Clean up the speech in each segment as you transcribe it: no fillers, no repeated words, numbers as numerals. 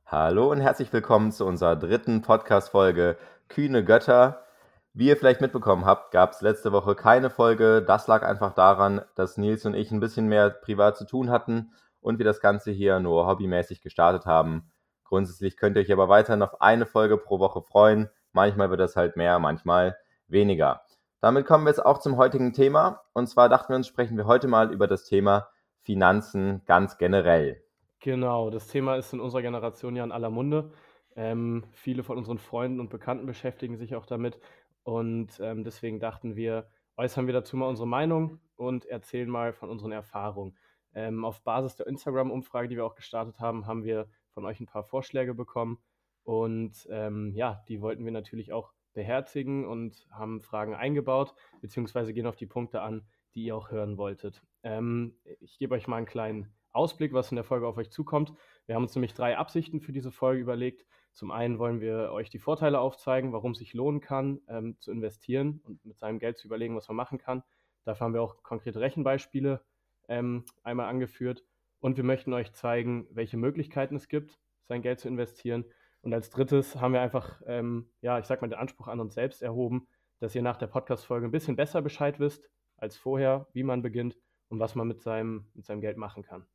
Hallo und herzlich willkommen zu unserer dritten Podcast-Folge Kühne Götter. Wie ihr vielleicht mitbekommen habt, gab es letzte Woche keine Folge. Das lag einfach daran, dass Nils und ich ein bisschen mehr privat zu tun hatten und wir das Ganze hier nur hobbymäßig gestartet haben. Grundsätzlich könnt ihr euch aber weiterhin auf eine Folge pro Woche freuen. Manchmal wird das halt mehr, manchmal weniger. Damit kommen wir jetzt auch zum heutigen Thema. Und zwar dachten wir uns, sprechen wir heute mal über das Thema Finanzen ganz generell. Genau, das Thema ist in unserer Generation ja in aller Munde. Viele von unseren Freunden und Bekannten beschäftigen sich auch damit und deswegen dachten wir, äußern wir dazu mal unsere Meinung und erzählen mal von unseren Erfahrungen. Auf Basis der Instagram-Umfrage, die wir auch gestartet haben, haben wir von euch ein paar Vorschläge bekommen und ja, die wollten wir natürlich auch beherzigen und haben Fragen eingebaut, beziehungsweise gehen auf die Punkte an, die ihr auch hören wolltet. Ich gebe euch mal einen kleinen Ausblick, was in der Folge auf euch zukommt. Wir haben uns nämlich 3 Absichten für diese Folge überlegt. Zum einen wollen wir euch die Vorteile aufzeigen, warum es sich lohnen kann, zu investieren und mit seinem Geld zu überlegen, was man machen kann. Dafür haben wir auch konkrete Rechenbeispiele einmal angeführt. Und wir möchten euch zeigen, welche Möglichkeiten es gibt, sein Geld zu investieren. Und als drittes haben wir einfach, ja, ich sag mal, den Anspruch an uns selbst erhoben, dass ihr nach der Podcast-Folge ein bisschen besser Bescheid wisst als vorher, wie man beginnt und was man mit seinem Geld machen kann.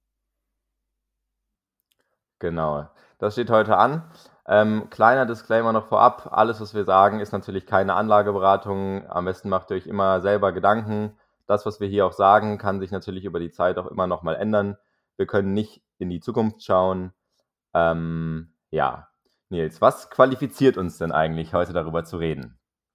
Genau, das steht heute an. Kleiner Disclaimer noch vorab, alles, was wir sagen, ist natürlich keine Anlageberatung. Am besten macht ihr euch immer selber Gedanken. Das, was wir hier auch sagen, kann sich natürlich über die Zeit auch immer noch mal ändern. Wir können nicht in die Zukunft schauen. Ja, Nils, was qualifiziert uns denn eigentlich, heute darüber zu reden?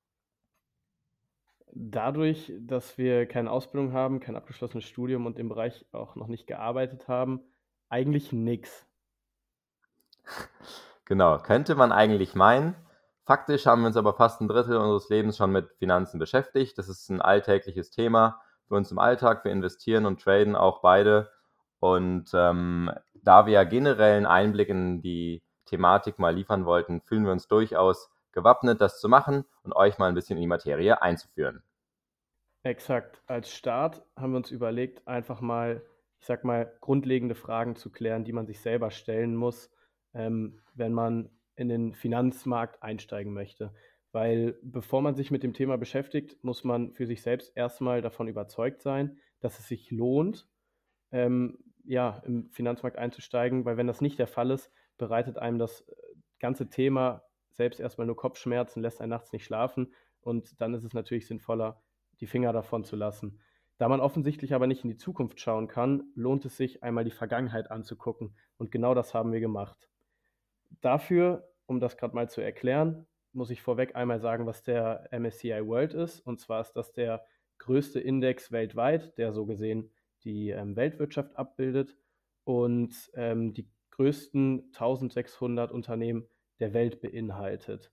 Dadurch, dass wir keine Ausbildung haben, kein abgeschlossenes Studium und im Bereich auch noch nicht gearbeitet haben, eigentlich nix. Genau, könnte man eigentlich meinen. Faktisch haben wir uns aber fast ein Drittel unseres Lebens schon mit Finanzen beschäftigt. Das ist ein alltägliches Thema für uns im Alltag. Wir investieren und traden auch beide. Und da wir ja generell einen Einblick in die Thematik mal liefern wollten, fühlen wir uns durchaus gewappnet, das zu machen und euch mal ein bisschen in die Materie einzuführen. Exakt. Als Start haben wir uns überlegt, einfach mal, ich sag mal, grundlegende Fragen zu klären, die man sich selber stellen muss, wenn man in den Finanzmarkt einsteigen möchte. Weil bevor man sich mit dem Thema beschäftigt, muss man für sich selbst erstmal davon überzeugt sein, dass es sich lohnt, ja, im Finanzmarkt einzusteigen, weil wenn das nicht der Fall ist, bereitet einem das ganze Thema selbst erstmal nur Kopfschmerzen, lässt einen nachts nicht schlafen und dann ist es natürlich sinnvoller, die Finger davon zu lassen. Da man offensichtlich aber nicht in die Zukunft schauen kann, lohnt es sich, einmal die Vergangenheit anzugucken. Und genau das haben wir gemacht. Dafür, um das gerade mal zu erklären, muss ich vorweg einmal sagen, was der MSCI World ist. Und zwar ist das der größte Index weltweit, der so gesehen die Weltwirtschaft abbildet und die größten 1600 Unternehmen der Welt beinhaltet.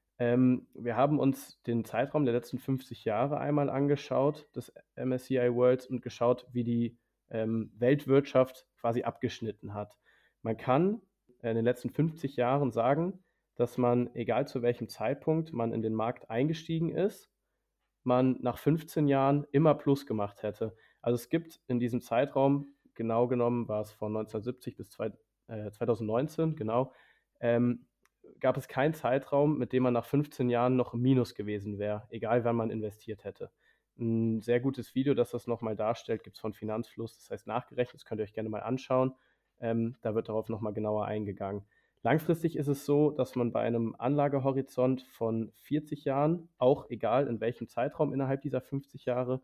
Wir haben uns den Zeitraum der letzten 50 Jahre einmal angeschaut, des MSCI Worlds, und geschaut, wie die Weltwirtschaft quasi abgeschnitten hat. Man kann in den letzten 50 Jahren sagen, dass man, egal zu welchem Zeitpunkt man in den Markt eingestiegen ist, man nach 15 Jahren immer Plus gemacht hätte. Also es gibt in diesem Zeitraum, genau genommen war es von 1970 bis 2019, genau, ähm, gab es keinen Zeitraum, mit dem man nach 15 Jahren noch im Minus gewesen wäre, egal wann man investiert hätte. Ein sehr gutes Video, das das nochmal darstellt, gibt es von Finanzfluss, das heißt nachgerechnet, das könnt ihr euch gerne mal anschauen. Da wird darauf nochmal genauer eingegangen. Langfristig ist es so, dass man bei einem Anlagehorizont von 40 Jahren, auch egal in welchem Zeitraum innerhalb dieser 50 Jahre,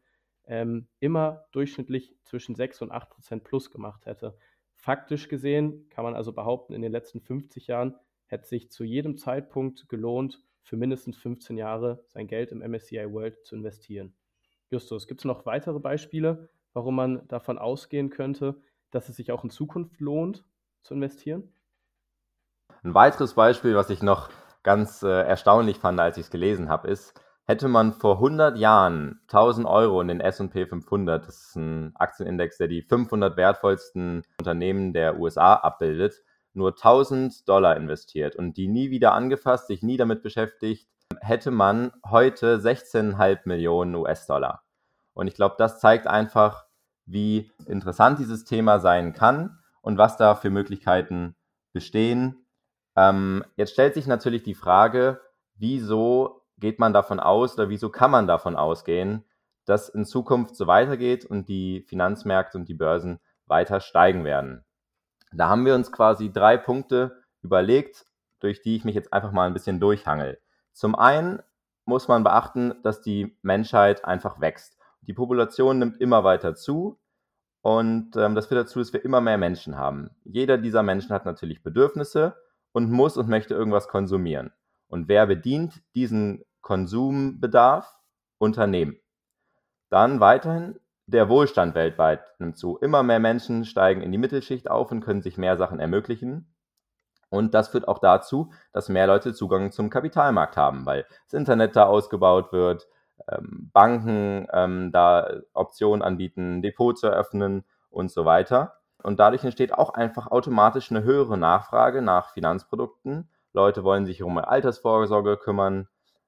immer durchschnittlich zwischen 6 und 8% plus gemacht hätte. Faktisch gesehen kann man also behaupten, in den letzten 50 Jahren hätte sich zu jedem Zeitpunkt gelohnt, für mindestens 15 Jahre sein Geld im MSCI World zu investieren. Justus, gibt es noch weitere Beispiele, warum man davon ausgehen könnte, dass es sich auch in Zukunft lohnt zu investieren? Ein weiteres Beispiel, was ich noch ganz erstaunlich fand, als ich es gelesen habe, ist, hätte man vor 100 Jahren 1.000 € in den S&P 500, das ist ein Aktienindex, der die 500 wertvollsten Unternehmen der USA abbildet, nur 1.000 $ investiert und die nie wieder angefasst, sich nie damit beschäftigt, hätte man heute 16,5 Millionen US-Dollar. Und ich glaube, das zeigt einfach, wie interessant dieses Thema sein kann und was da für Möglichkeiten bestehen, Jetzt stellt sich natürlich die Frage, wieso geht man davon aus oder wieso kann man davon ausgehen, dass in Zukunft so weitergeht und die Finanzmärkte und die Börsen weiter steigen werden. Da haben wir uns quasi 3 Punkte überlegt, durch die ich mich jetzt einfach mal ein bisschen durchhangel. Zum einen muss man beachten, dass die Menschheit einfach wächst. Die Population nimmt immer weiter zu und das führt dazu, dass wir immer mehr Menschen haben. Jeder dieser Menschen hat natürlich Bedürfnisse und muss und möchte irgendwas konsumieren. Und wer bedient diesen Konsumbedarf? Unternehmen. Dann weiterhin, der Wohlstand weltweit nimmt zu. Immer mehr Menschen steigen in die Mittelschicht auf und können sich mehr Sachen ermöglichen. Und das führt auch dazu, dass mehr Leute Zugang zum Kapitalmarkt haben, weil das Internet da ausgebaut wird, Banken da Optionen anbieten, Depot zu eröffnen und so weiter. Und dadurch entsteht auch einfach automatisch eine höhere Nachfrage nach Finanzprodukten. Leute wollen sich um Altersvorsorge kümmern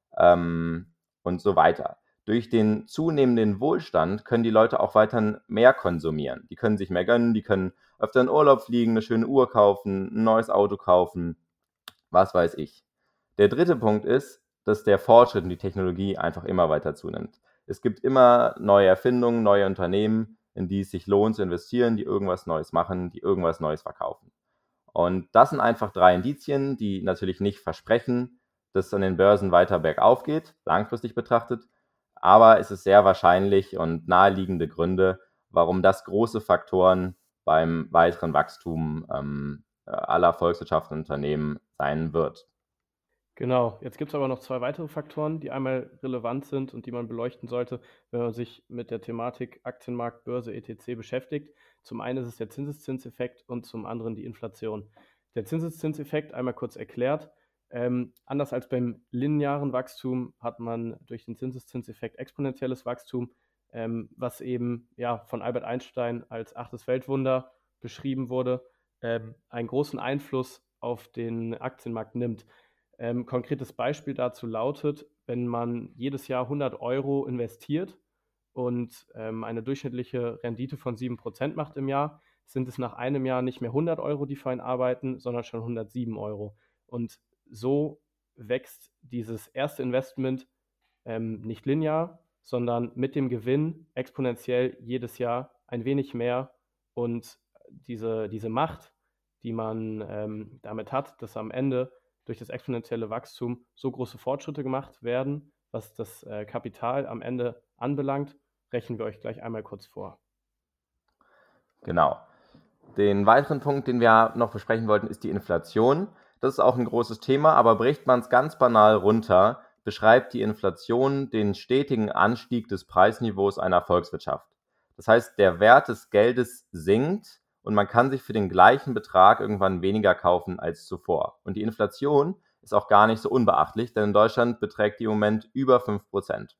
und so weiter. Durch den zunehmenden Wohlstand können die Leute auch weiterhin mehr konsumieren. Die können sich mehr gönnen, die können öfter in Urlaub fliegen, eine schöne Uhr kaufen, ein neues Auto kaufen, was weiß ich. Der dritte Punkt ist, dass der Fortschritt und die Technologie einfach immer weiter zunimmt. Es gibt immer neue Erfindungen, neue Unternehmen, in die es sich lohnt zu investieren, die irgendwas Neues machen, die irgendwas Neues verkaufen. Und das sind einfach 3 Indizien, die natürlich nicht versprechen, dass es an den Börsen weiter bergauf geht, langfristig betrachtet, aber es ist sehr wahrscheinlich und naheliegende Gründe, warum das große Faktoren beim weiteren Wachstum aller Volkswirtschaften und Unternehmen sein wird. Genau, jetzt gibt es aber noch zwei weitere Faktoren, die einmal relevant sind und die man beleuchten sollte, wenn man sich mit der Thematik Aktienmarkt, Börse, etc. beschäftigt. Zum einen ist es der Zinseszinseffekt und zum anderen die Inflation. Der Zinseszinseffekt, einmal kurz erklärt, anders als beim linearen Wachstum hat man durch den Zinseszinseffekt exponentielles Wachstum, was eben ja, von Albert Einstein als achtes Weltwunder beschrieben wurde, einen großen Einfluss auf den Aktienmarkt nimmt. Konkretes Beispiel dazu lautet, wenn man jedes Jahr 100 € investiert und eine durchschnittliche Rendite von 7% macht im Jahr, sind es nach einem Jahr nicht mehr 100 €, die für einen arbeiten, sondern schon 107 €. Und so wächst dieses erste Investment nicht linear, sondern mit dem Gewinn exponentiell jedes Jahr ein wenig mehr. Und diese Macht, die man damit hat, dass am Ende durch das exponentielle Wachstum so große Fortschritte gemacht werden, was das Kapital am Ende anbelangt, rechnen wir euch gleich einmal kurz vor. Genau. Den weiteren Punkt, den wir noch besprechen wollten, ist die Inflation. Das ist auch ein großes Thema, aber bricht man es ganz banal runter, beschreibt die Inflation den stetigen Anstieg des Preisniveaus einer Volkswirtschaft. Das heißt, der Wert des Geldes sinkt und man kann sich für den gleichen Betrag irgendwann weniger kaufen als zuvor. Und die Inflation ist auch gar nicht so unbeachtlich, denn in Deutschland beträgt die im Moment über 5%.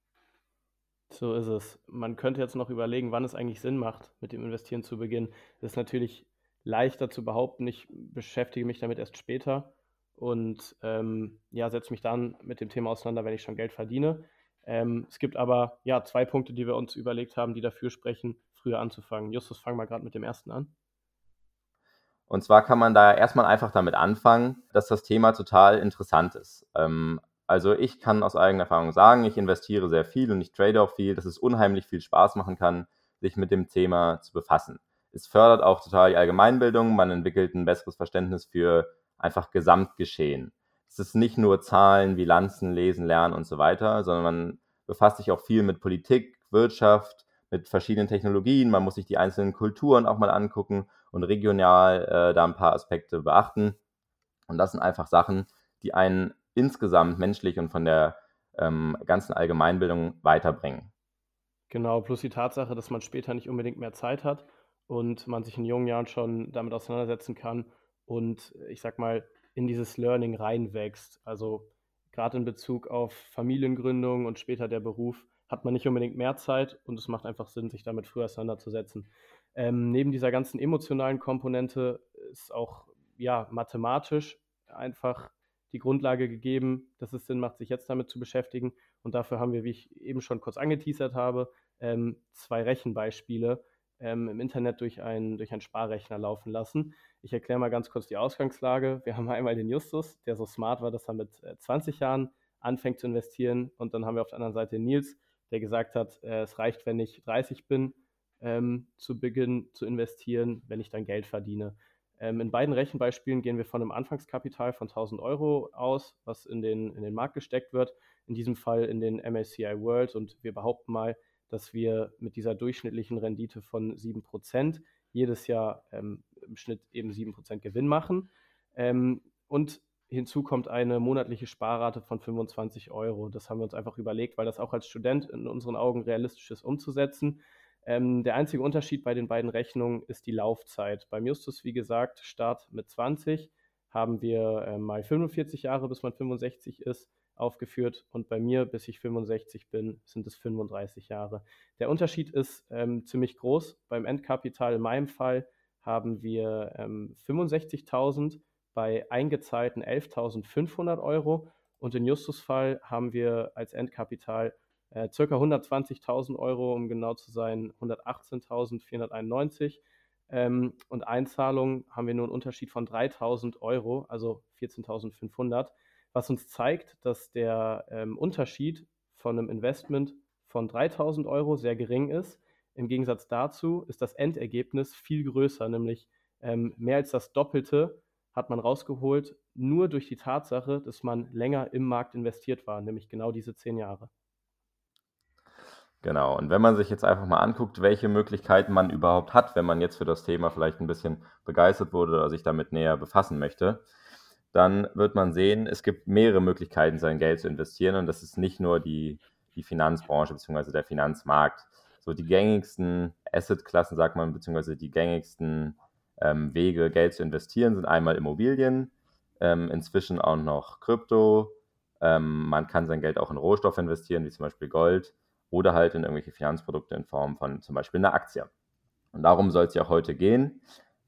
So ist es. Man könnte jetzt noch überlegen, wann es eigentlich Sinn macht, mit dem Investieren zu beginnen. Das ist natürlich leichter zu behaupten. Ich beschäftige mich damit erst später und ja, setze mich dann mit dem Thema auseinander, wenn ich schon Geld verdiene. Es gibt aber ja zwei Punkte, die wir uns überlegt haben, die dafür sprechen, früher anzufangen. Justus, fang mal gerade mit dem ersten an. Und zwar kann man da erstmal einfach damit anfangen, dass das Thema total interessant ist. Also ich kann aus eigener Erfahrung sagen, ich investiere sehr viel und ich trade auch viel, dass es unheimlich viel Spaß machen kann, sich mit dem Thema zu befassen. Es fördert auch total die Allgemeinbildung, man entwickelt ein besseres Verständnis für einfach Gesamtgeschehen. Es ist nicht nur Zahlen, Bilanzen, Lesen, Lernen und so weiter, sondern man befasst sich auch viel mit Politik, Wirtschaft, mit verschiedenen Technologien. Man muss sich die einzelnen Kulturen auch mal angucken und regional da ein paar Aspekte beachten. Und das sind einfach Sachen, die einen insgesamt menschlich und von der ganzen Allgemeinbildung weiterbringen. Genau, plus die Tatsache, dass man später nicht unbedingt mehr Zeit hat und man sich in jungen Jahren schon damit auseinandersetzen kann und ich sag mal, in dieses Learning reinwächst. Also gerade in Bezug auf Familiengründung und später der Beruf hat man nicht unbedingt mehr Zeit und es macht einfach Sinn, sich damit früher auseinanderzusetzen. Neben dieser ganzen emotionalen Komponente ist auch ja, mathematisch einfach die Grundlage gegeben, dass es Sinn macht, sich jetzt damit zu beschäftigen. Und dafür haben wir, wie ich eben schon kurz angeteasert habe, zwei Rechenbeispiele, im Internet durch einen Sparrechner laufen lassen. Ich erkläre mal ganz kurz die Ausgangslage. Wir haben einmal den Justus, der so smart war, dass er mit 20 Jahren anfängt zu investieren. Und dann haben wir auf der anderen Seite Nils, der gesagt hat, es reicht, wenn ich 30 bin, zu Beginn zu investieren, wenn ich dann Geld verdiene. In beiden Rechenbeispielen gehen wir von einem Anfangskapital von 1.000 Euro aus, was in den Markt gesteckt wird. In diesem Fall in den MSCI World. Und wir behaupten mal, dass wir mit dieser durchschnittlichen Rendite von 7% jedes Jahr im Schnitt eben 7% Gewinn machen. Und hinzu kommt eine monatliche Sparrate von 25 Euro. Das haben wir uns einfach überlegt, weil das auch als Student in unseren Augen realistisch ist umzusetzen. Der einzige Unterschied bei den beiden Rechnungen ist die Laufzeit. Beim Justus, wie gesagt, Start mit 20, haben wir mal 45 Jahre, bis man 65 ist, aufgeführt. Und bei mir, bis ich 65 bin, sind es 35 Jahre. Der Unterschied ist ziemlich groß. Beim Endkapital in meinem Fall haben wir 65.000 bei eingezahlten 11.500 Euro. Und in Justus Fall haben wir als Endkapital circa 120.000 Euro, um genau zu sein, 118.491. Und Einzahlungen haben wir nur einen Unterschied von 3.000 Euro, also 14.500, was uns zeigt, dass der Unterschied von einem Investment von 3.000 Euro sehr gering ist. Im Gegensatz dazu ist das Endergebnis viel größer, nämlich mehr als das Doppelte hat man rausgeholt, nur durch die Tatsache, dass man länger im Markt investiert war, nämlich genau diese 10 Jahre. Genau, und wenn man sich jetzt einfach mal anguckt, welche Möglichkeiten man überhaupt hat, wenn man jetzt für das Thema vielleicht ein bisschen begeistert wurde oder sich damit näher befassen möchte, dann wird man sehen, es gibt mehrere Möglichkeiten, sein Geld zu investieren, und das ist nicht nur die Finanzbranche bzw. der Finanzmarkt. So die gängigsten Assetklassen, sagt man, beziehungsweise die gängigsten Wege, Geld zu investieren, sind einmal Immobilien, inzwischen auch noch Krypto. Man kann sein Geld auch in Rohstoffe investieren, wie zum Beispiel Gold, oder halt in irgendwelche Finanzprodukte in Form von zum Beispiel einer Aktie. Und darum soll es ja heute gehen.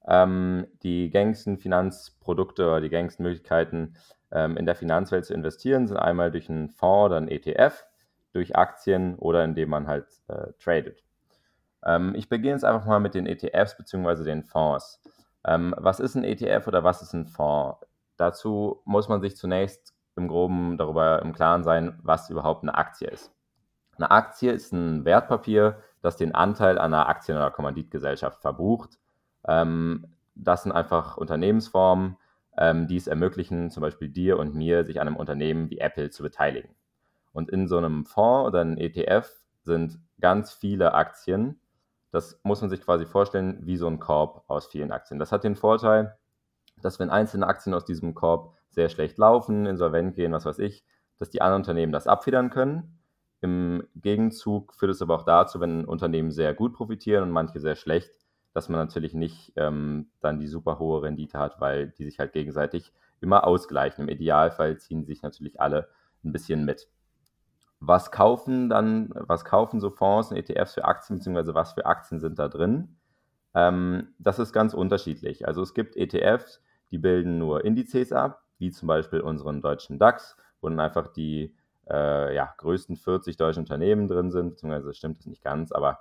Die gängigsten Finanzprodukte oder die gängigsten Möglichkeiten in der Finanzwelt zu investieren sind einmal durch einen Fonds oder einen ETF, durch Aktien oder indem man halt tradet. Ich beginne jetzt einfach mal mit den ETFs bzw. den Fonds. Was ist ein ETF oder was ist ein Fonds? Dazu muss man sich zunächst im Groben darüber im Klaren sein, was überhaupt eine Aktie ist. Eine Aktie ist ein Wertpapier, das den Anteil an einer Aktien- oder Kommanditgesellschaft verbucht. Das sind einfach Unternehmensformen, die es ermöglichen, zum Beispiel dir und mir, sich an einem Unternehmen wie Apple zu beteiligen. Und in so einem Fonds oder einem ETF sind ganz viele Aktien. Das muss man sich quasi vorstellen wie so ein Korb aus vielen Aktien. Das hat den Vorteil, dass wenn einzelne Aktien aus diesem Korb sehr schlecht laufen, insolvent gehen, was weiß ich, dass die anderen Unternehmen das abfedern können. Im Gegenzug führt es aber auch dazu, wenn Unternehmen sehr gut profitieren und manche sehr schlecht, dass man natürlich nicht dann die super hohe Rendite hat, weil die sich halt gegenseitig immer ausgleichen. Im Idealfall ziehen sie sich natürlich alle ein bisschen mit. Was kaufen so Fonds und ETFs für Aktien, beziehungsweise was für Aktien sind da drin? Das ist ganz unterschiedlich. Also es gibt ETFs, die bilden nur Indizes ab, wie zum Beispiel unseren deutschen DAX, wo dann einfach die größten 40 deutschen Unternehmen drin sind, beziehungsweise stimmt das nicht ganz, aber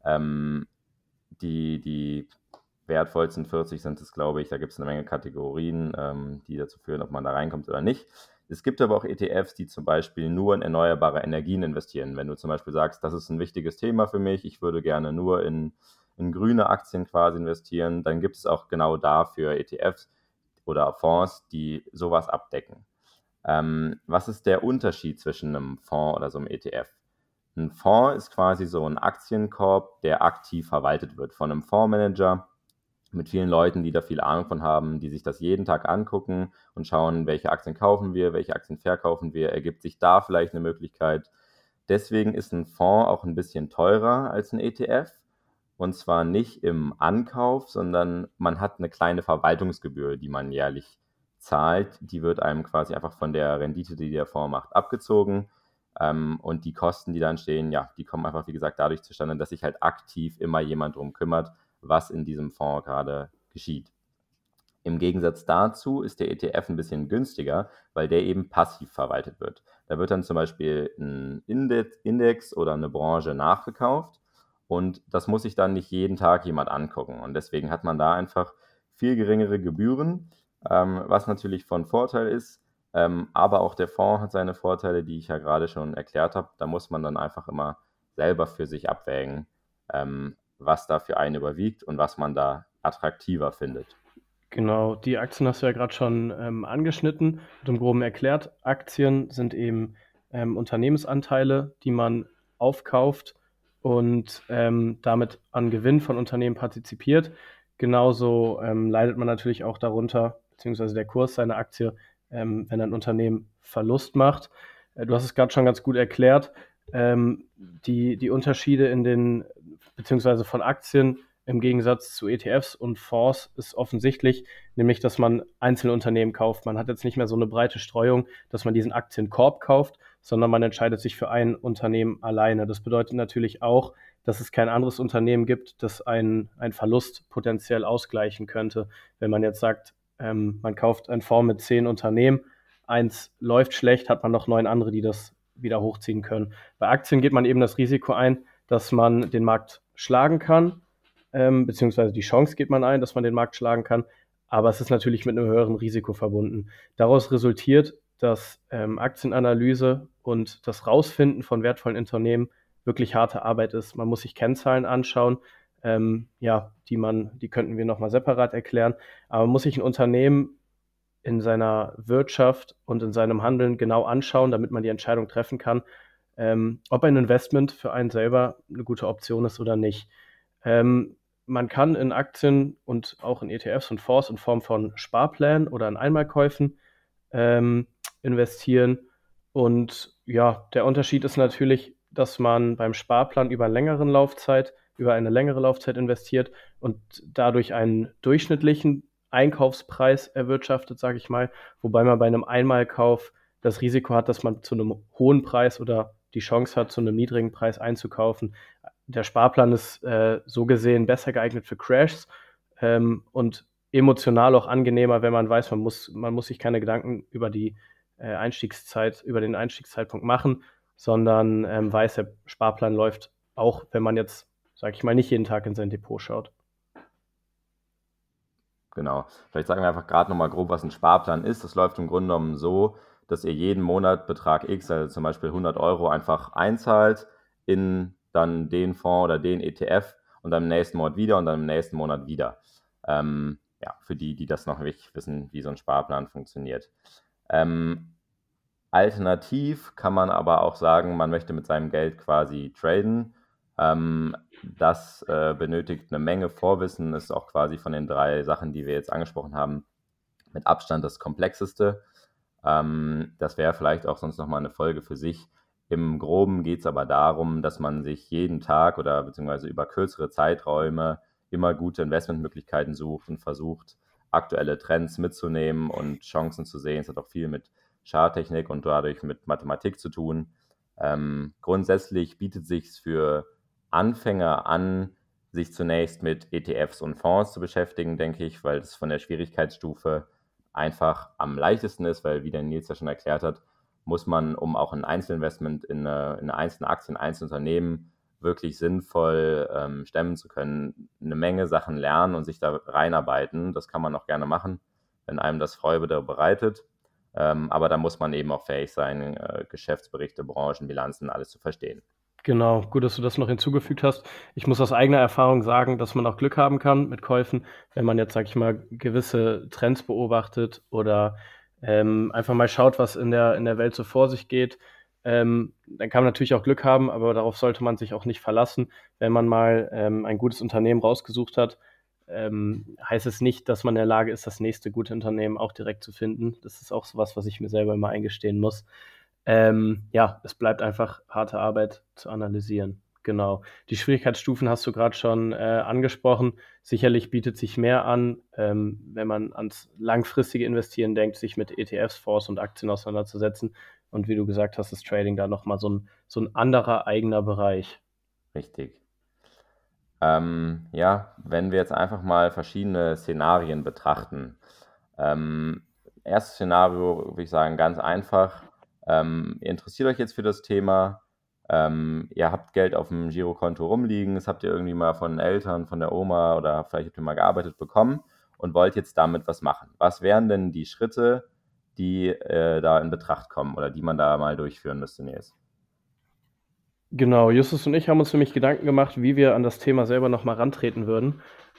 die wertvollsten 40 sind es, glaube ich. Da gibt es eine Menge Kategorien, die dazu führen, ob man da reinkommt oder nicht. Es gibt aber auch ETFs, die zum Beispiel nur in erneuerbare Energien investieren. Wenn du zum Beispiel sagst, das ist ein wichtiges Thema für mich, ich würde gerne nur in grüne Aktien quasi investieren, dann gibt es auch genau dafür ETFs oder Fonds, die sowas abdecken. Was ist der Unterschied zwischen einem Fonds oder so einem ETF? Ein Fonds ist quasi so ein Aktienkorb, der aktiv verwaltet wird von einem Fondsmanager mit vielen Leuten, die da viel Ahnung von haben, die sich das jeden Tag angucken und schauen, welche Aktien kaufen wir, welche Aktien verkaufen wir, ergibt sich da vielleicht eine Möglichkeit. Deswegen ist ein Fonds auch ein bisschen teurer als ein ETF. Und zwar nicht im Ankauf, sondern man hat eine kleine Verwaltungsgebühr, die man jährlich zahlt. Die wird einem quasi einfach von der Rendite, die der Fonds macht, abgezogen. Und die Kosten, die dann stehen, ja, die kommen einfach, wie gesagt, dadurch zustande, dass sich halt aktiv immer jemand drum kümmert, was in diesem Fonds gerade geschieht. Im Gegensatz dazu ist der ETF ein bisschen günstiger, weil der eben passiv verwaltet wird. Da wird dann zum Beispiel ein Index oder eine Branche nachgekauft und das muss sich dann nicht jeden Tag jemand angucken. Und deswegen hat man da einfach viel geringere Gebühren, was natürlich von Vorteil ist. Aber auch der Fonds hat seine Vorteile, die ich ja gerade schon erklärt habe. Da muss man dann einfach immer selber für sich abwägen, was da für einen überwiegt und was man da attraktiver findet. Genau, die Aktien hast du ja gerade schon angeschnitten und im Groben erklärt. Aktien sind eben Unternehmensanteile, die man aufkauft und damit an Gewinn von Unternehmen partizipiert. Genauso leidet man natürlich auch darunter, beziehungsweise der Kurs seiner Aktie, wenn ein Unternehmen Verlust macht. Du hast es gerade schon ganz gut erklärt. Die Unterschiede beziehungsweise von Aktien im Gegensatz zu ETFs und Fonds ist offensichtlich, nämlich dass man einzelne Unternehmen kauft. Man hat jetzt nicht mehr so eine breite Streuung, dass man diesen Aktienkorb kauft, sondern man entscheidet sich für ein Unternehmen alleine. Das bedeutet natürlich auch, dass es kein anderes Unternehmen gibt, das einen Verlust potenziell ausgleichen könnte. Wenn man jetzt sagt, man kauft einen Fonds mit 10 Unternehmen, eins läuft schlecht, hat man noch 9 andere, die das wieder hochziehen können. Bei Aktien geht man eben das Risiko ein, dass man den Markt schlagen kann, beziehungsweise die Chance geht man ein, dass man den Markt schlagen kann, aber es ist natürlich mit einem höheren Risiko verbunden. Daraus resultiert, dass Aktienanalyse und das Rausfinden von wertvollen Unternehmen wirklich harte Arbeit ist. Man muss sich Kennzahlen anschauen, die könnten wir nochmal separat erklären, aber man muss sich ein Unternehmen in seiner Wirtschaft und in seinem Handeln genau anschauen, damit man die Entscheidung treffen kann, ob ein Investment für einen selber eine gute Option ist oder nicht. Man kann in Aktien und auch in ETFs und Fonds in Form von Sparplänen oder in Einmalkäufen investieren. Und ja, der Unterschied ist natürlich, dass man beim Sparplan über eine längere Laufzeit investiert und dadurch einen durchschnittlichen Einkaufspreis erwirtschaftet, sage ich mal, wobei man bei einem Einmalkauf das Risiko hat, dass man zu einem hohen Preis oder die Chance hat, zu einem niedrigen Preis einzukaufen. Der Sparplan ist so gesehen besser geeignet für Crashs und emotional auch angenehmer, wenn man weiß, man muss sich keine Gedanken über den Einstiegszeitpunkt machen, sondern weiß, der Sparplan läuft auch, wenn man jetzt, sage ich mal, nicht jeden Tag in sein Depot schaut. Genau. Vielleicht sagen wir einfach gerade nochmal grob, was ein Sparplan ist. Das läuft im Grunde genommen so, dass ihr jeden Monat Betrag X, also zum Beispiel 100 Euro, einfach einzahlt in dann den Fonds oder den ETF und dann im nächsten Monat wieder und dann im nächsten Monat wieder. Für die das noch nicht wissen, wie so ein Sparplan funktioniert. Alternativ kann man aber auch sagen, man möchte mit seinem Geld quasi traden. Das benötigt eine Menge Vorwissen, ist auch quasi von den 3 Sachen, die wir jetzt angesprochen haben, mit Abstand das Komplexeste. Das wäre vielleicht auch sonst nochmal eine Folge für sich. Im Groben geht es aber darum, dass man sich jeden Tag oder beziehungsweise über kürzere Zeiträume immer gute Investmentmöglichkeiten sucht und versucht, aktuelle Trends mitzunehmen und Chancen zu sehen. Es hat auch viel mit Charttechnik und dadurch mit Mathematik zu tun. Grundsätzlich bietet sich für Anfänger an, sich zunächst mit ETFs und Fonds zu beschäftigen, denke ich, weil es von der Schwierigkeitsstufe einfach am leichtesten ist, weil, wie der Nils ja schon erklärt hat, muss man, um auch ein Einzelinvestment in eine einzelne Aktie, in ein einzelnes Unternehmen wirklich sinnvoll stemmen zu können, eine Menge Sachen lernen und sich da reinarbeiten. Das kann man auch gerne machen, wenn einem das Freude bereitet. Aber da muss man eben auch fähig sein, Geschäftsberichte, Branchenbilanzen, alles zu verstehen. Genau, gut, dass du das noch hinzugefügt hast. Ich muss aus eigener Erfahrung sagen, dass man auch Glück haben kann mit Käufen, wenn man jetzt, sag ich mal, gewisse Trends beobachtet oder einfach mal schaut, was in der Welt so vor sich geht. Dann kann man natürlich auch Glück haben, aber darauf sollte man sich auch nicht verlassen. Wenn man mal ein gutes Unternehmen rausgesucht hat, heißt es nicht, dass man in der Lage ist, das nächste gute Unternehmen auch direkt zu finden. Das ist auch so was ich mir selber immer eingestehen muss. Es bleibt einfach harte Arbeit zu analysieren. Genau. Die Schwierigkeitsstufen hast du gerade schon angesprochen. Sicherlich bietet sich mehr an, wenn man ans langfristige Investieren denkt, sich mit ETFs, Fonds und Aktien auseinanderzusetzen. Und wie du gesagt hast, ist Trading da nochmal so ein anderer eigener Bereich. Richtig. Wenn wir jetzt einfach mal verschiedene Szenarien betrachten. Erstes Szenario würde ich sagen, ganz einfach. Ihr interessiert euch jetzt für das Thema Ihr habt Geld auf dem Girokonto rumliegen, das habt ihr irgendwie mal von den Eltern, von der Oma oder vielleicht habt ihr mal gearbeitet bekommen und wollt jetzt damit was machen. Was wären denn die Schritte, die da in Betracht kommen oder die man da mal durchführen müsste, Nils? Genau, Justus und ich haben uns nämlich Gedanken gemacht, wie wir an das Thema selber nochmal rantreten würden.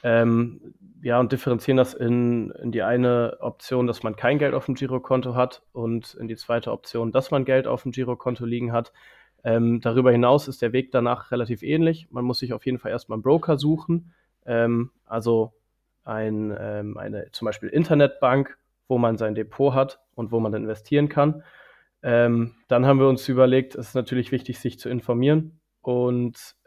Ja, und differenzieren das in die eine Option, dass man kein Geld auf dem Girokonto hat und in die zweite Option, dass man Geld auf dem Girokonto liegen hat. Darüber hinaus ist der Weg danach relativ ähnlich. Man muss sich auf jeden Fall erstmal einen Broker suchen, also eine zum Beispiel Internetbank, wo man sein Depot hat und wo man dann investieren kann. Dann haben wir uns überlegt, es ist natürlich wichtig, sich zu informieren und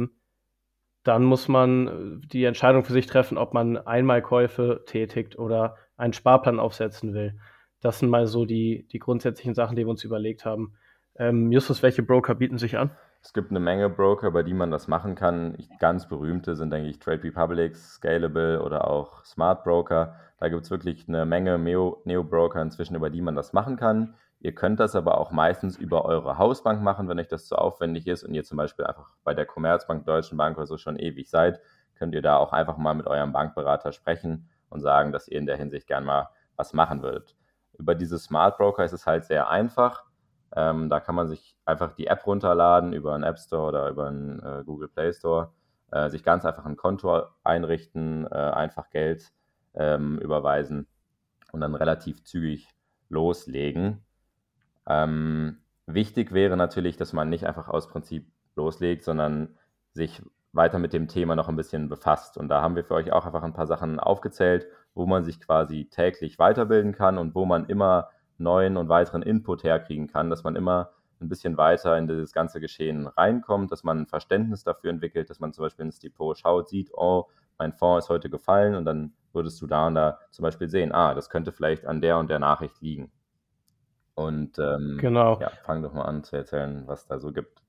dann muss man die Entscheidung für sich treffen, ob man Einmalkäufe tätigt oder einen Sparplan aufsetzen will. Das sind mal so die grundsätzlichen Sachen, die wir uns überlegt haben. Justus, welche Broker bieten sich an? Es gibt eine Menge Broker, bei denen man das machen kann. Ganz berühmte sind, denke ich, Trade Republic, Scalable oder auch Smart Broker. Da gibt es wirklich eine Menge Neo-Broker inzwischen, über die man das machen kann. Ihr könnt das aber auch meistens über eure Hausbank machen, wenn euch das zu aufwendig ist und ihr zum Beispiel einfach bei der Commerzbank, Deutschen Bank oder so schon ewig seid, könnt ihr da auch einfach mal mit eurem Bankberater sprechen und sagen, dass ihr in der Hinsicht gern mal was machen würdet. Über diese Smart Broker ist es halt sehr einfach. Da kann man sich einfach die App runterladen über einen App Store oder über einen Google Play Store, sich ganz einfach ein Konto einrichten, einfach Geld überweisen und dann relativ zügig loslegen. Wichtig wäre natürlich, dass man nicht einfach aus Prinzip loslegt, sondern sich weiter mit dem Thema noch ein bisschen befasst. Und da haben wir für euch auch einfach ein paar Sachen aufgezählt, wo man sich quasi täglich weiterbilden kann und wo man immer neuen und weiteren Input herkriegen kann, dass man immer ein bisschen weiter in dieses ganze Geschehen reinkommt, dass man ein Verständnis dafür entwickelt, dass man zum Beispiel ins Depot schaut, sieht, oh, mein Fonds ist heute gefallen und dann würdest du da und da zum Beispiel sehen, das könnte vielleicht an der und der Nachricht liegen. Und Genau. ja, fang doch mal an zu erzählen, was da so gibt.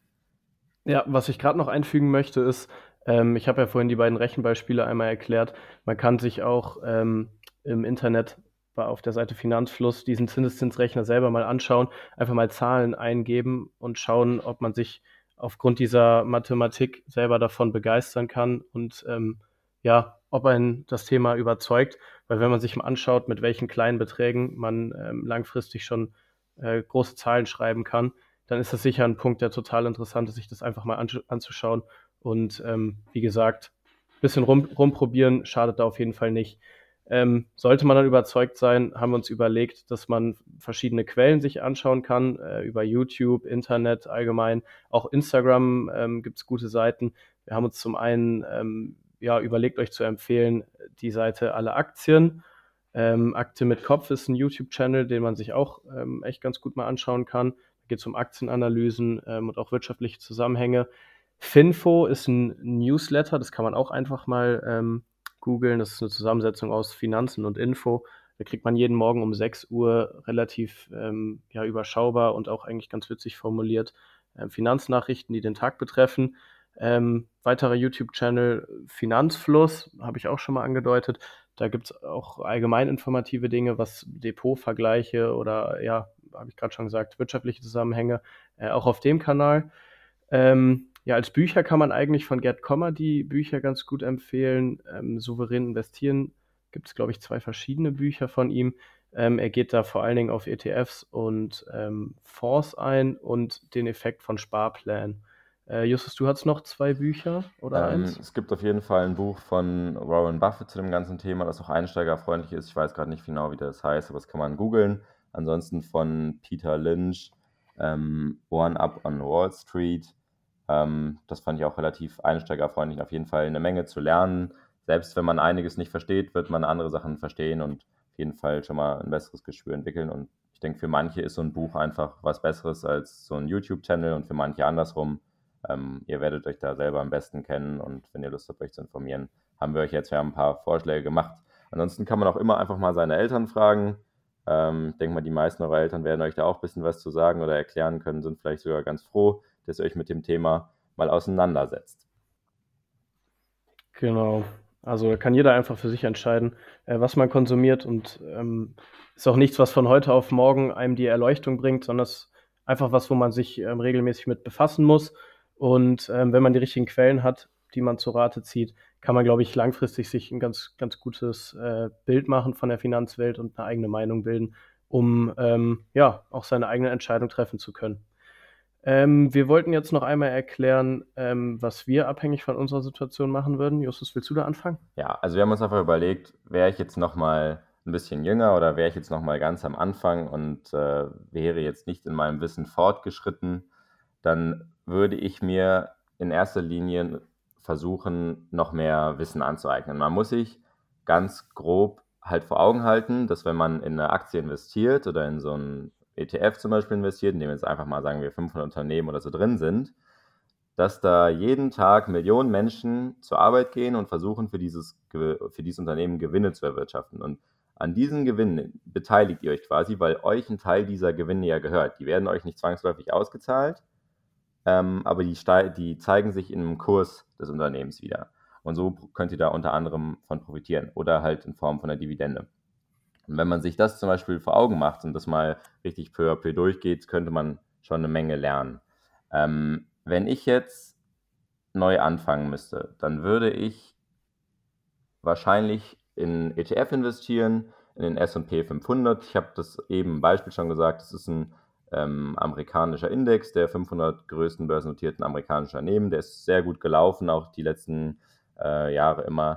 Ja, was ich gerade noch einfügen möchte, ist, ich habe ja vorhin die beiden Rechenbeispiele einmal erklärt. Man kann sich auch im Internet auf der Seite Finanzfluss diesen Zinseszinsrechner selber mal anschauen, einfach mal Zahlen eingeben und schauen, ob man sich aufgrund dieser Mathematik selber davon begeistern kann und ja, ob einen das Thema überzeugt. Weil wenn man sich mal anschaut, mit welchen kleinen Beträgen man langfristig schon große Zahlen schreiben kann, dann ist das sicher ein Punkt, der total interessant ist, sich das einfach mal anzuschauen. Und wie gesagt, ein bisschen rumprobieren schadet da auf jeden Fall nicht. Sollte man dann überzeugt sein, haben wir uns überlegt, dass man verschiedene Quellen sich anschauen kann, über YouTube, Internet allgemein. Auch Instagram gibt es gute Seiten. Wir haben uns zum einen ja, überlegt, euch zu empfehlen, die Seite Alle Aktien. Aktie mit Kopf ist ein YouTube-Channel, den man sich auch echt ganz gut mal anschauen kann. Da geht es um Aktienanalysen und auch wirtschaftliche Zusammenhänge. Finfo ist ein Newsletter, das kann man auch einfach mal googeln. Das ist eine Zusammensetzung aus Finanzen und Info. Da kriegt man jeden Morgen um 6 Uhr relativ ja, überschaubar und auch eigentlich ganz witzig formuliert Finanznachrichten, die den Tag betreffen. Weiterer YouTube-Channel Finanzfluss, habe ich auch schon mal angedeutet. Da gibt es auch allgemein informative Dinge, was Depotvergleiche oder, ja, habe ich gerade schon gesagt, wirtschaftliche Zusammenhänge, auch auf dem Kanal. Ja, als Bücher kann man eigentlich von Gerd Kommer die Bücher ganz gut empfehlen. Souverän investieren gibt es, glaube ich, 2 verschiedene Bücher von ihm. Er geht da vor allen Dingen auf ETFs und Fonds ein und den Effekt von Sparplänen. Justus, du hast noch 2 Bücher oder eins? Es gibt auf jeden Fall ein Buch von Warren Buffett zu dem ganzen Thema, das auch einsteigerfreundlich ist. Ich weiß gerade nicht genau, wie das heißt, aber das kann man googeln. Ansonsten von Peter Lynch, One Up on Wall Street. Das fand ich auch relativ einsteigerfreundlich. Auf jeden Fall eine Menge zu lernen. Selbst wenn man einiges nicht versteht, wird man andere Sachen verstehen und auf jeden Fall schon mal ein besseres Gespür entwickeln. Und ich denke, für manche ist so ein Buch einfach was Besseres als so ein YouTube-Channel und für manche andersrum. Ihr werdet euch da selber am besten kennen und wenn ihr Lust habt, euch zu informieren, haben wir euch jetzt ja ein paar Vorschläge gemacht. Ansonsten kann man auch immer einfach mal seine Eltern fragen. Ich denke mal, die meisten eurer Eltern werden euch da auch ein bisschen was zu sagen oder erklären können, sind vielleicht sogar ganz froh, dass ihr euch mit dem Thema mal auseinandersetzt. Genau. Also da kann jeder einfach für sich entscheiden, was man konsumiert und ist auch nichts, was von heute auf morgen einem die Erleuchtung bringt, sondern es einfach was, wo man sich regelmäßig mit befassen muss. Und wenn man die richtigen Quellen hat, die man zu Rate zieht, kann man, glaube ich, langfristig sich ein ganz, ganz gutes Bild machen von der Finanzwelt und eine eigene Meinung bilden, um auch seine eigene Entscheidung treffen zu können. Wir wollten jetzt noch einmal erklären, was wir abhängig von unserer Situation machen würden. Justus, willst du da anfangen? Ja, also wir haben uns einfach überlegt, wäre ich jetzt noch mal ein bisschen jünger oder wäre ich jetzt noch mal ganz am Anfang und wäre jetzt nicht in meinem Wissen fortgeschritten, dann würde ich mir in erster Linie versuchen, noch mehr Wissen anzueignen. Man muss sich ganz grob halt vor Augen halten, dass wenn man in eine Aktie investiert oder in so einen ETF zum Beispiel investiert, in dem jetzt einfach mal sagen wir 500 Unternehmen oder so drin sind, dass da jeden Tag Millionen Menschen zur Arbeit gehen und versuchen, für dieses Unternehmen Gewinne zu erwirtschaften. Und an diesen Gewinnen beteiligt ihr euch quasi, weil euch ein Teil dieser Gewinne ja gehört. Die werden euch nicht zwangsläufig ausgezahlt, aber die zeigen sich im Kurs des Unternehmens wieder. Und so könnt ihr da unter anderem von profitieren oder halt in Form von einer Dividende. Und wenn man sich das zum Beispiel vor Augen macht und das mal richtig peu à peu durchgeht, könnte man schon eine Menge lernen. Wenn ich jetzt neu anfangen müsste, dann würde ich wahrscheinlich in ETF investieren, in den S&P 500. Ich habe das eben im Beispiel schon gesagt, das ist ein amerikanischer Index der 500 größten börsennotierten amerikanischen Unternehmen. Der ist sehr gut gelaufen, auch die letzten Jahre immer.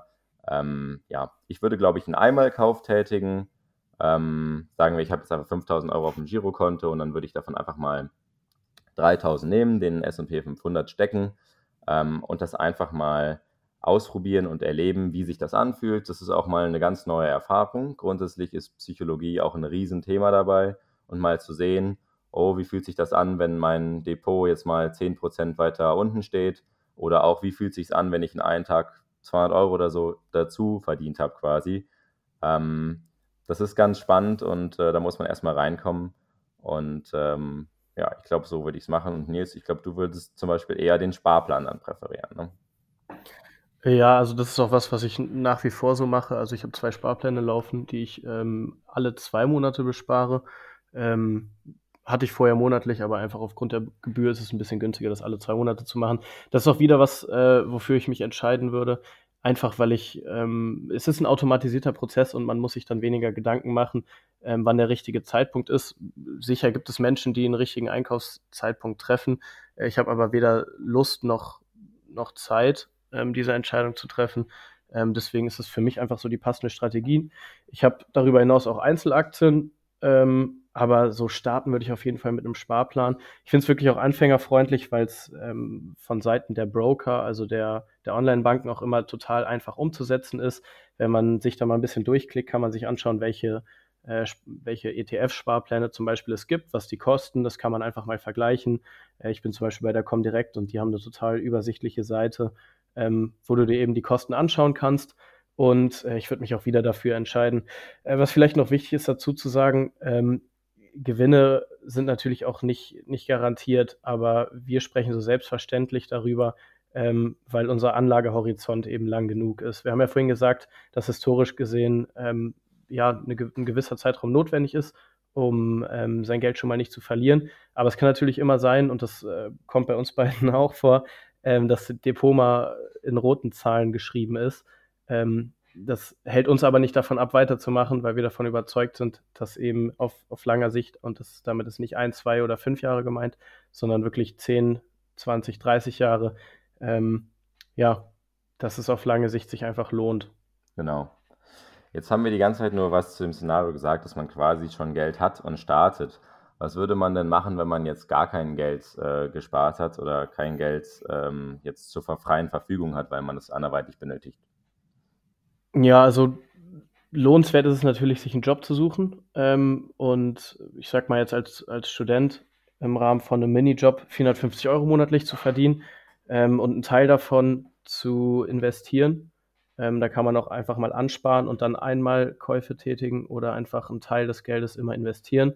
Ich würde, glaube ich, einen Einmalkauf tätigen. Sagen wir, ich habe jetzt einfach 5.000 Euro auf dem Girokonto und dann würde ich davon einfach mal 3.000 nehmen, den S&P 500 stecken und das einfach mal ausprobieren und erleben, wie sich das anfühlt. Das ist auch mal eine ganz neue Erfahrung. Grundsätzlich ist Psychologie auch ein Riesenthema dabei und mal zu sehen, oh, wie fühlt sich das an, wenn mein Depot jetzt mal 10% weiter unten steht oder auch, wie fühlt sich an, wenn ich in einem Tag 200 Euro oder so dazu verdient habe quasi. Das ist ganz spannend und da muss man erstmal reinkommen und ich glaube, so würde ich es machen. Und Nils, ich glaube, du würdest zum Beispiel eher den Sparplan dann präferieren, ne? Ja, also das ist auch was ich nach wie vor so mache. Also ich habe 2 Sparpläne laufen, die ich alle 2 Monate bespare. Hatte ich vorher monatlich, aber einfach aufgrund der Gebühr ist es ein bisschen günstiger, das alle 2 Monate zu machen. Das ist auch wieder was, wofür ich mich entscheiden würde, einfach weil es ist ein automatisierter Prozess und man muss sich dann weniger Gedanken machen, wann der richtige Zeitpunkt ist. Sicher gibt es Menschen, die einen richtigen Einkaufszeitpunkt treffen. Ich habe aber weder Lust noch Zeit, diese Entscheidung zu treffen. Deswegen ist es für mich einfach so die passende Strategie. Ich habe darüber hinaus auch Einzelaktien, aber so starten würde ich auf jeden Fall mit einem Sparplan. Ich finde es wirklich auch anfängerfreundlich, weil es von Seiten der Broker, also der Online-Banken auch immer total einfach umzusetzen ist. Wenn man sich da mal ein bisschen durchklickt, kann man sich anschauen, welche ETF-Sparpläne zum Beispiel es gibt, was die kosten. Das kann man einfach mal vergleichen. Ich bin zum Beispiel bei der Comdirect und die haben eine total übersichtliche Seite, wo du dir eben die Kosten anschauen kannst. Und ich würde mich auch wieder dafür entscheiden. Was vielleicht noch wichtig ist dazu zu sagen, Gewinne sind natürlich auch nicht garantiert, aber wir sprechen so selbstverständlich darüber, weil unser Anlagehorizont eben lang genug ist. Wir haben ja vorhin gesagt, dass historisch gesehen ein gewisser Zeitraum notwendig ist, um sein Geld schon mal nicht zu verlieren. Aber es kann natürlich immer sein, und das kommt bei uns beiden auch vor, dass das Depot mal in roten Zahlen geschrieben ist. Das hält uns aber nicht davon ab, weiterzumachen, weil wir davon überzeugt sind, dass eben auf langer Sicht, und damit ist nicht 1, 2 oder 5 Jahre gemeint, sondern wirklich 10, 20, 30 Jahre, dass es auf lange Sicht sich einfach lohnt. Genau. Jetzt haben wir die ganze Zeit nur was zu dem Szenario gesagt, dass man quasi schon Geld hat und startet. Was würde man denn machen, wenn man jetzt gar kein Geld gespart hat oder kein Geld jetzt zur freien Verfügung hat, weil man es anderweitig benötigt? Ja, also lohnenswert ist es natürlich, sich einen Job zu suchen. Und ich sag mal jetzt als Student im Rahmen von einem Minijob 450 Euro monatlich zu verdienen und einen Teil davon zu investieren. Da kann man auch einfach mal ansparen und dann einmal Käufe tätigen oder einfach einen Teil des Geldes immer investieren.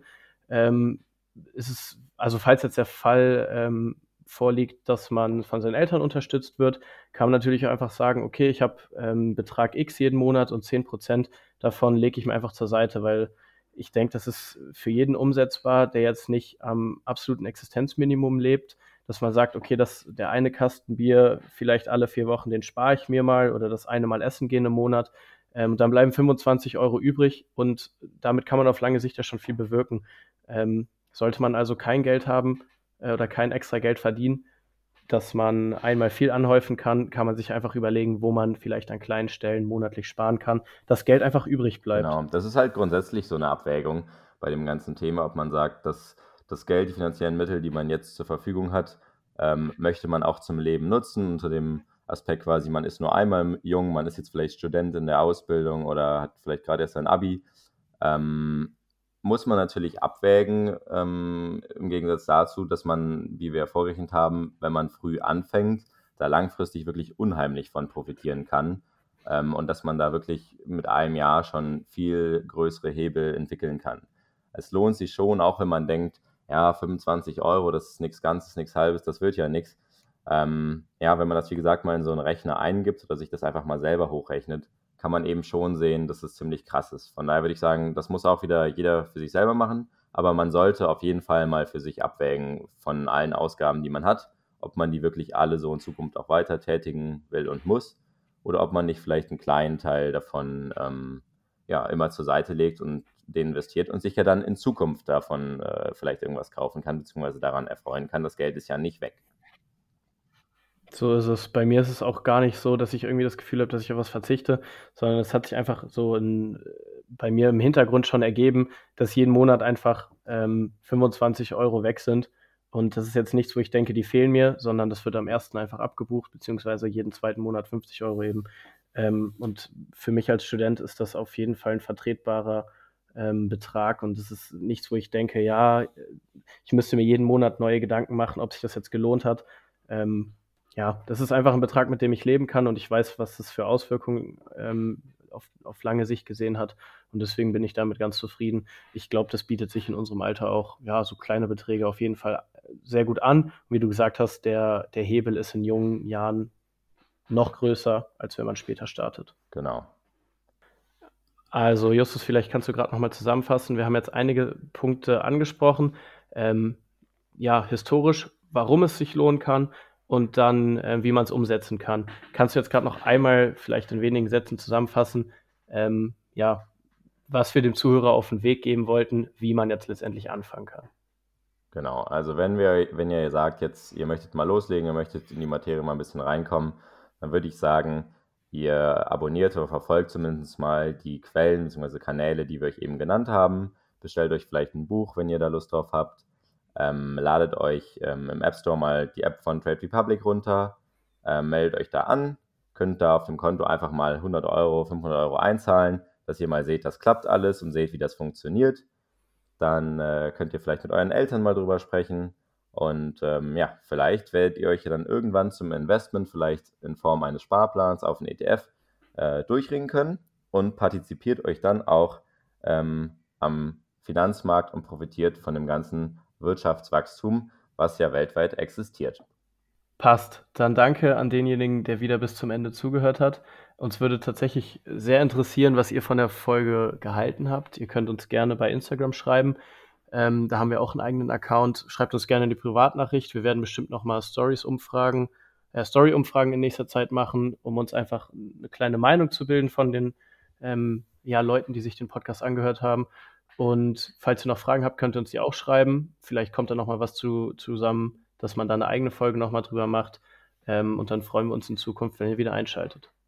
Also falls jetzt der Fall vorliegt, dass man von seinen Eltern unterstützt wird, kann man natürlich auch einfach sagen, okay, ich habe Betrag X jeden Monat und 10% davon lege ich mir einfach zur Seite, weil ich denke, das ist für jeden umsetzbar, der jetzt nicht am absoluten Existenzminimum lebt, dass man sagt, okay, der eine Kasten Bier vielleicht alle 4 Wochen, den spare ich mir mal oder das eine Mal essen gehen im Monat. Dann bleiben 25 Euro übrig und damit kann man auf lange Sicht ja schon viel bewirken. Sollte man also kein Geld haben oder kein extra Geld verdienen, dass man einmal viel anhäufen kann, kann man sich einfach überlegen, wo man vielleicht an kleinen Stellen monatlich sparen kann, dass Geld einfach übrig bleibt. Genau, das ist halt grundsätzlich so eine Abwägung bei dem ganzen Thema, ob man sagt, dass das Geld, die finanziellen Mittel, die man jetzt zur Verfügung hat, möchte man auch zum Leben nutzen, unter dem Aspekt quasi, man ist nur einmal jung, man ist jetzt vielleicht Student in der Ausbildung oder hat vielleicht gerade erst sein Abi. Muss man natürlich abwägen, im Gegensatz dazu, dass man, wie wir vorgerechnet haben, wenn man früh anfängt, da langfristig wirklich unheimlich von profitieren kann. Und dass man da wirklich mit einem Jahr schon viel größere Hebel entwickeln kann. Es lohnt sich schon, auch wenn man denkt, ja, 25 Euro, das ist nichts Ganzes, nichts Halbes, das wird ja nichts. Ja, wenn man das, wie gesagt, mal in so einen Rechner eingibt oder sich das einfach mal selber hochrechnet, kann man eben schon sehen, dass es ziemlich krass ist. Von daher würde ich sagen, das muss auch wieder jeder für sich selber machen, aber man sollte auf jeden Fall mal für sich abwägen von allen Ausgaben, die man hat, ob man die wirklich alle so in Zukunft auch weiter tätigen will und muss oder ob man nicht vielleicht einen kleinen Teil davon ja, immer zur Seite legt und den investiert und sich ja dann in Zukunft davon vielleicht irgendwas kaufen kann, beziehungsweise daran erfreuen kann. Das Geld ist ja nicht weg. So ist es. Bei mir ist es auch gar nicht so, dass ich irgendwie das Gefühl habe, dass ich auf was verzichte, sondern es hat sich einfach so bei mir im Hintergrund schon ergeben, dass jeden Monat einfach 25 Euro weg sind. Und das ist jetzt nichts, wo ich denke, die fehlen mir, sondern das wird am ersten einfach abgebucht, beziehungsweise jeden zweiten Monat 50 Euro eben. Und für mich als Student ist das auf jeden Fall ein vertretbarer Betrag. Und das ist nichts, wo ich denke, ja, ich müsste mir jeden Monat neue Gedanken machen, ob sich das jetzt gelohnt hat. Ja, das ist einfach ein Betrag, mit dem ich leben kann und ich weiß, was das für Auswirkungen auf lange Sicht gesehen hat. Und deswegen bin ich damit ganz zufrieden. Ich glaube, das bietet sich in unserem Alter auch, ja, so kleine Beträge auf jeden Fall sehr gut an. Und wie du gesagt hast, der Hebel ist in jungen Jahren noch größer, als wenn man später startet. Genau. Also Justus, vielleicht kannst du gerade nochmal zusammenfassen. Wir haben jetzt einige Punkte angesprochen. Ja, historisch, warum es sich lohnen kann und dann, wie man es umsetzen kann. Kannst du jetzt gerade noch einmal vielleicht in wenigen Sätzen zusammenfassen, ja, was wir dem Zuhörer auf den Weg geben wollten, wie man jetzt letztendlich anfangen kann? Genau, also wenn ihr sagt, jetzt ihr möchtet mal loslegen, ihr möchtet in die Materie mal ein bisschen reinkommen, dann würde ich sagen, ihr abonniert oder verfolgt zumindest mal die Quellen bzw. Kanäle, die wir euch eben genannt haben. Bestellt euch vielleicht ein Buch, wenn ihr da Lust drauf habt. Ladet euch im App Store mal die App von Trade Republic runter, meldet euch da an, könnt da auf dem Konto einfach mal 100 Euro, 500 Euro einzahlen, dass ihr mal seht, das klappt alles und seht, wie das funktioniert. Dann könnt ihr vielleicht mit euren Eltern mal drüber sprechen und ja, vielleicht werdet ihr euch ja dann irgendwann zum Investment, vielleicht in Form eines Sparplans auf einen ETF, durchringen können und partizipiert euch dann auch am Finanzmarkt und profitiert von dem ganzen Wirtschaftswachstum, was ja weltweit existiert. Passt. Dann danke an denjenigen, der wieder bis zum Ende zugehört hat. Uns würde tatsächlich sehr interessieren, was ihr von der Folge gehalten habt. Ihr könnt uns gerne bei Instagram schreiben. Da haben wir auch einen eigenen Account. Schreibt uns gerne eine Privatnachricht. Wir werden bestimmt nochmal Story-Umfragen in nächster Zeit machen, um uns einfach eine kleine Meinung zu bilden von den ja, Leuten, die sich den Podcast angehört haben. Und falls ihr noch Fragen habt, könnt ihr uns die auch schreiben. Vielleicht kommt da nochmal was zusammen, dass man da eine eigene Folge nochmal drüber macht. Und dann freuen wir uns in Zukunft, wenn ihr wieder einschaltet.